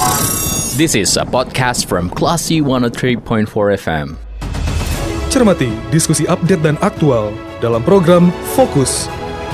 This is a podcast from Classy 103.4 FM. Cermati diskusi update dan aktual dalam program Fokus.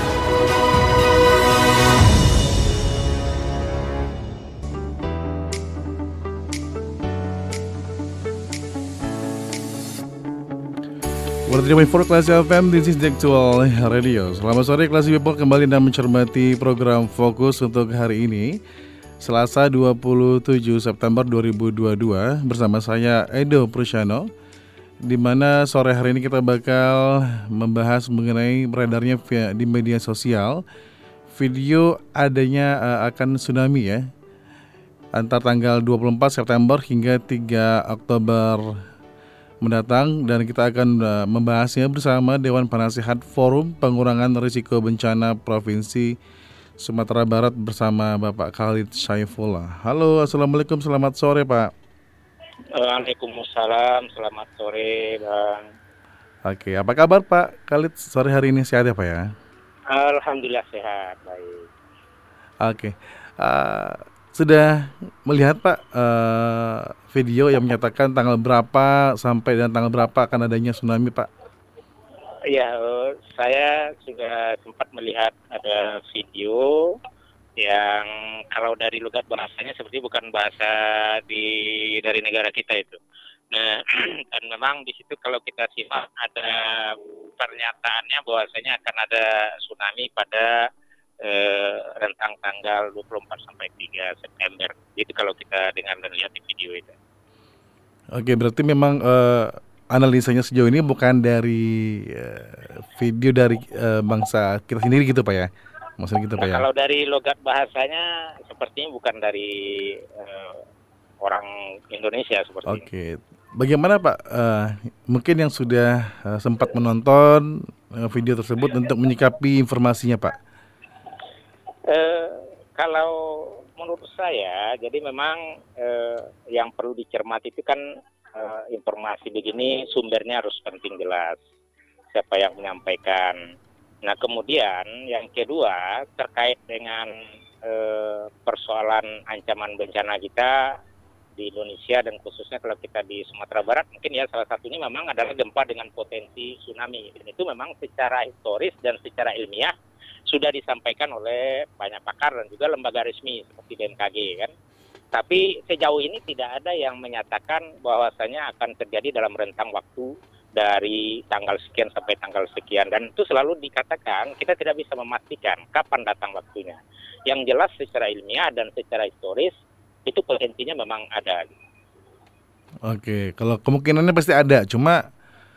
For Classy FM, this is the actual radio. Selamat sore Classy People, kembali dan mencermati program Fokus untuk hari ini, Selasa 27 September 2022, bersama saya Edo Prusyano, di mana sore hari ini kita bakal membahas mengenai beredarnya di media sosial video adanya akan tsunami ya, antar tanggal 24 September hingga 3 Oktober mendatang, dan kita akan membahasnya bersama Dewan Penasehat Forum Pengurangan Risiko Bencana Provinsi Sumatera Barat bersama Bapak Khalid Saifullah. Halo, assalamualaikum, selamat sore Pak. Waalaikumsalam, selamat sore Bang. Oke, apa kabar Pak Khalid sore hari ini, sehat ya Pak ya? Alhamdulillah sehat, baik. Oke, sudah melihat Pak video yang menyatakan tanggal berapa sampai dan tanggal berapa akan adanya tsunami Pak? Ya, saya juga sempat melihat ada video yang kalau dari logat bahasanya seperti bukan bahasa dari negara kita itu. Nah, dan memang di situ kalau kita simak ada pernyataannya bahwasanya akan ada tsunami pada rentang tanggal 24 sampai 3 September. Itu kalau kita dengar dan lihat di video itu. Oke, berarti memang analisanya sejauh ini bukan dari video dari bangsa kita sendiri gitu Pak ya? Maksudnya gitu Pak ya? Kalau dari logat bahasanya sepertinya bukan dari orang Indonesia seperti ini. Oke, bagaimana Pak? Mungkin yang sudah sempat menonton video tersebut untuk menyikapi informasinya Pak? Kalau menurut saya, jadi memang yang perlu dicermati itu kan informasi begini sumbernya harus penting jelas, siapa yang menyampaikan. Nah kemudian yang kedua terkait dengan persoalan ancaman bencana kita di Indonesia dan khususnya kalau kita di Sumatera Barat, mungkin ya salah satunya memang adalah gempa dengan potensi tsunami. Dan itu memang secara historis dan secara ilmiah sudah disampaikan oleh banyak pakar dan juga lembaga resmi seperti BMKG kan. Tapi sejauh ini tidak ada yang menyatakan bahwasanya akan terjadi dalam rentang waktu dari tanggal sekian sampai tanggal sekian. Dan itu selalu dikatakan kita tidak bisa memastikan kapan datang waktunya. Yang jelas secara ilmiah dan secara historis itu potensinya memang ada. Oke, kalau kemungkinannya pasti ada. Cuma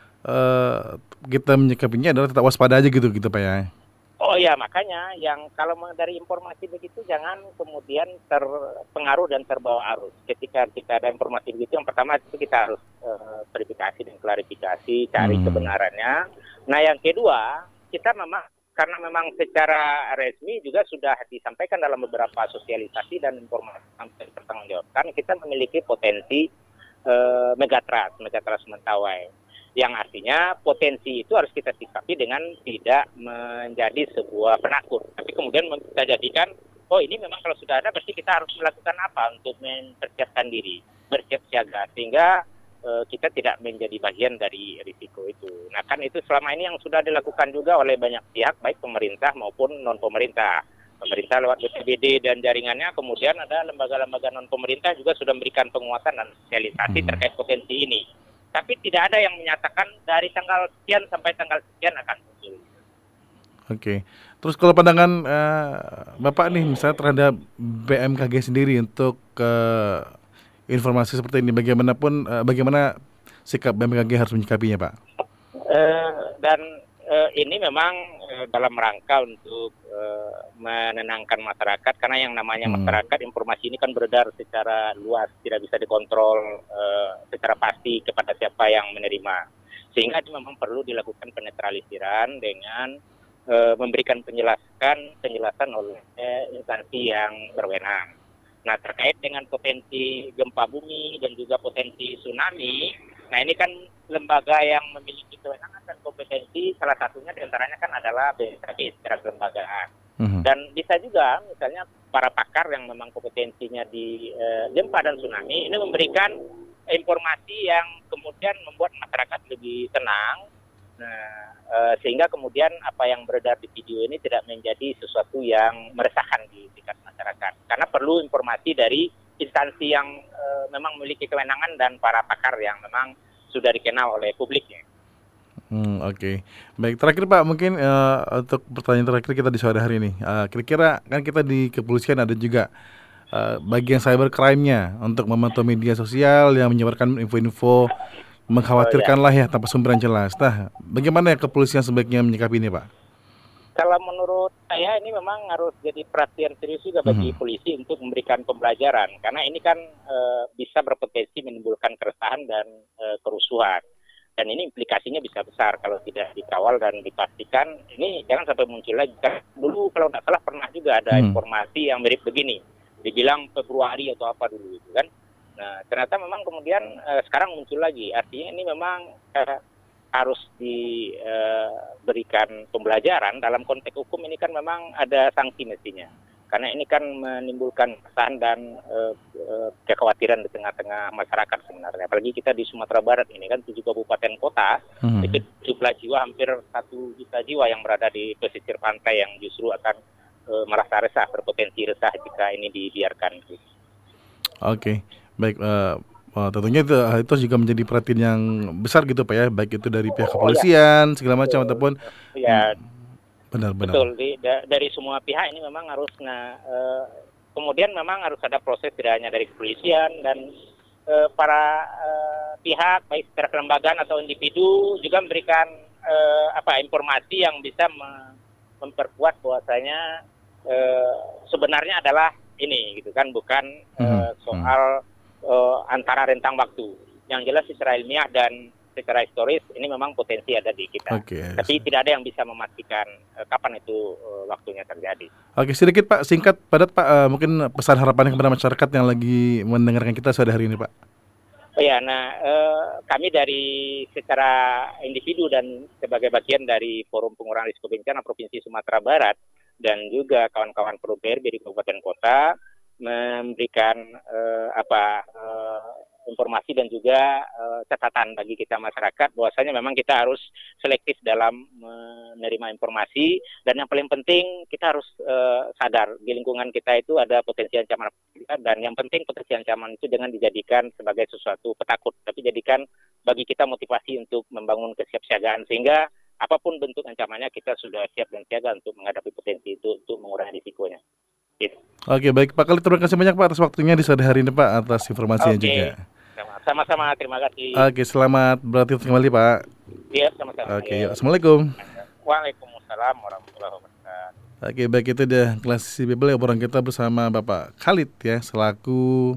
kita menyikapinya adalah tetap waspada aja gitu Pak ya. Oh ya, makanya yang kalau dari informasi begitu jangan kemudian terpengaruh dan terbawa arus. Ketika kita ada informasi begitu, yang pertama itu kita harus verifikasi dan klarifikasi, cari kebenarannya. Nah yang kedua, kita memang karena memang secara resmi juga sudah disampaikan dalam beberapa sosialisasi dan informasi sampai dipertanggungjawabkan, kita memiliki potensi megatrust Mentawai. Yang artinya potensi itu harus kita sikapi dengan tidak menjadi sebuah penakut. Tapi kemudian kita jadikan, oh ini memang kalau sudah ada berarti kita harus melakukan apa untuk mempersiapkan diri, bersiap siaga, sehingga kita tidak menjadi bagian dari risiko itu. Nah kan itu selama ini yang sudah dilakukan juga oleh banyak pihak, baik pemerintah maupun non-pemerintah. Pemerintah lewat BPBD dan jaringannya, kemudian ada lembaga-lembaga non-pemerintah juga sudah memberikan penguatan dan sosialisasi terkait potensi ini. Tapi tidak ada yang menyatakan dari tanggal sekian sampai tanggal sekian akan muncul. Oke. Terus kalau pandangan Bapak nih misalnya terhadap BMKG sendiri untuk informasi seperti ini, bagaimana sikap BMKG harus menyikapinya Pak? Ini memang dalam rangka untuk menenangkan masyarakat, karena yang namanya masyarakat, informasi ini kan beredar secara luas, tidak bisa dikontrol secara pasti kepada siapa yang menerima, sehingga itu memang perlu dilakukan penetralisiran dengan memberikan penjelasan oleh instansi yang berwenang. Nah terkait dengan potensi gempa bumi dan juga potensi tsunami, nah ini kan lembaga yang memiliki kewenangan dan kompetensi, salah satunya diantaranya kan adalah BMKG secara kelembagaan. Dan bisa juga misalnya para pakar yang memang kompetensinya di gempa dan tsunami ini memberikan informasi yang kemudian membuat masyarakat lebih tenang. Nah, sehingga kemudian apa yang beredar di video ini tidak menjadi sesuatu yang meresahkan di tingkat masyarakat. Karena perlu informasi dari instansi yang memang memiliki kewenangan dan para pakar yang memang sudah dikenal oleh publiknya. Oke. Baik, terakhir Pak, mungkin untuk pertanyaan terakhir kita di sore hari ini. Kira-kira kan kita di kepolisian ada juga bagian cybercrime-nya untuk memantau media sosial yang menyebarkan info-info mengkhawatirkan lah ya tanpa sumber yang jelas. Nah, bagaimana ya kepolisian sebaiknya menyikapi ini Pak? Kalau menurut saya ini memang harus jadi perhatian serius juga bagi polisi untuk memberikan pembelajaran. Karena ini kan bisa berpotensi menimbulkan keresahan dan kerusuhan. Dan ini implikasinya bisa besar kalau tidak dikawal dan dipastikan. Ini jangan sampai muncul lagi. Dulu kalau tidak salah pernah juga ada informasi yang mirip begini. Dibilang Februari atau apa dulu itu kan. Nah ternyata memang kemudian sekarang muncul lagi. Artinya ini memang harus diberikan pembelajaran. Dalam konteks hukum ini kan memang ada sanksi mestinya. Karena ini kan menimbulkan kesan dan kekhawatiran di tengah-tengah masyarakat sebenarnya. Apalagi kita di Sumatera Barat ini kan 7 kabupaten kota, itu jumlah jiwa hampir 1 juta jiwa yang berada di pesisir pantai yang justru akan merasa resah, berpotensi resah jika ini dibiarkan. Oke, baik. Tentunya itu juga menjadi perhatian yang besar gitu Pak ya, baik itu dari pihak kepolisian segala macam ataupun benar-benar. Betul, dari semua pihak ini memang harus kemudian memang harus ada proses tidak hanya dari kepolisian dan para pihak baik secara kelembagaan atau individu juga memberikan informasi yang bisa memperkuat bahwasanya sebenarnya adalah ini gitu kan, bukan soal antara rentang waktu. Yang jelas secara ilmiah dan secara historis ini memang potensi ada di kita. Tapi tidak ada yang bisa memastikan kapan itu waktunya terjadi. Oke, sedikit Pak, singkat, padat Pak, mungkin pesan harapannya kepada masyarakat yang lagi mendengarkan kita sore hari ini Pak. Kami dari secara individu dan sebagai bagian dari Forum Pengurangan Risiko Bencana Provinsi Sumatera Barat dan juga kawan-kawan Forum PRB di kabupaten kota memberikan informasi dan juga catatan bagi kita masyarakat bahwasanya memang kita harus selektif dalam menerima informasi dan yang paling penting kita harus sadar di lingkungan kita itu ada potensi ancaman dan yang penting potensi ancaman itu jangan dijadikan sebagai sesuatu petakut tapi jadikan bagi kita motivasi untuk membangun kesiapsiagaan sehingga apapun bentuk ancamannya kita sudah siap dan siaga untuk menghadapi potensi itu untuk mengurangi risikonya. Gitu. Oke, baik Pak Khalid, terima kasih banyak Pak atas waktunya di sore hari ini Pak, atas informasinya juga. Sama-sama, terima kasih. Oke, selamat beraktivitas kembali Pak. Iya, sama-sama. Oke, Assalamualaikum. Waalaikumsalam warahmatullahi wabarakatuh. Oke, baik, itu dia Klasi Bebel obrolan kita bersama Bapak Khalid ya, selaku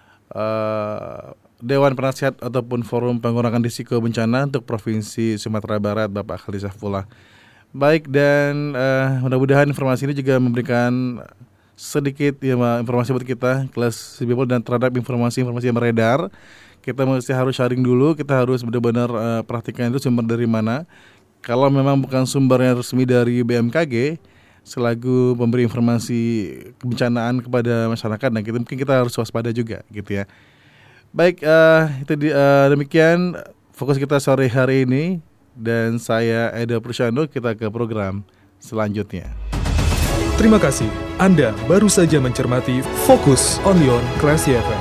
Dewan Penasihat ataupun Forum Pengurangan Risiko Bencana untuk Provinsi Sumatera Barat, Bapak Khalid Saifullah. Baik, dan mudah-mudahan informasi ini juga memberikan sedikit ya informasi buat kita Klasi Bebel dan terhadap informasi-informasi yang beredar. Kita mesti harus sharing dulu, kita harus benar-benar perhatikan itu sumber dari mana. Kalau memang bukan sumbernya resmi dari BMKG selaku pemberi informasi kebencanaan kepada masyarakat, nah mungkin kita harus waspada juga gitu ya. Baik, demikian fokus kita sore hari ini dan saya Eda Prusyando, kita ke program selanjutnya. Terima kasih. Anda baru saja mencermati Fokus Only on Klasi FM.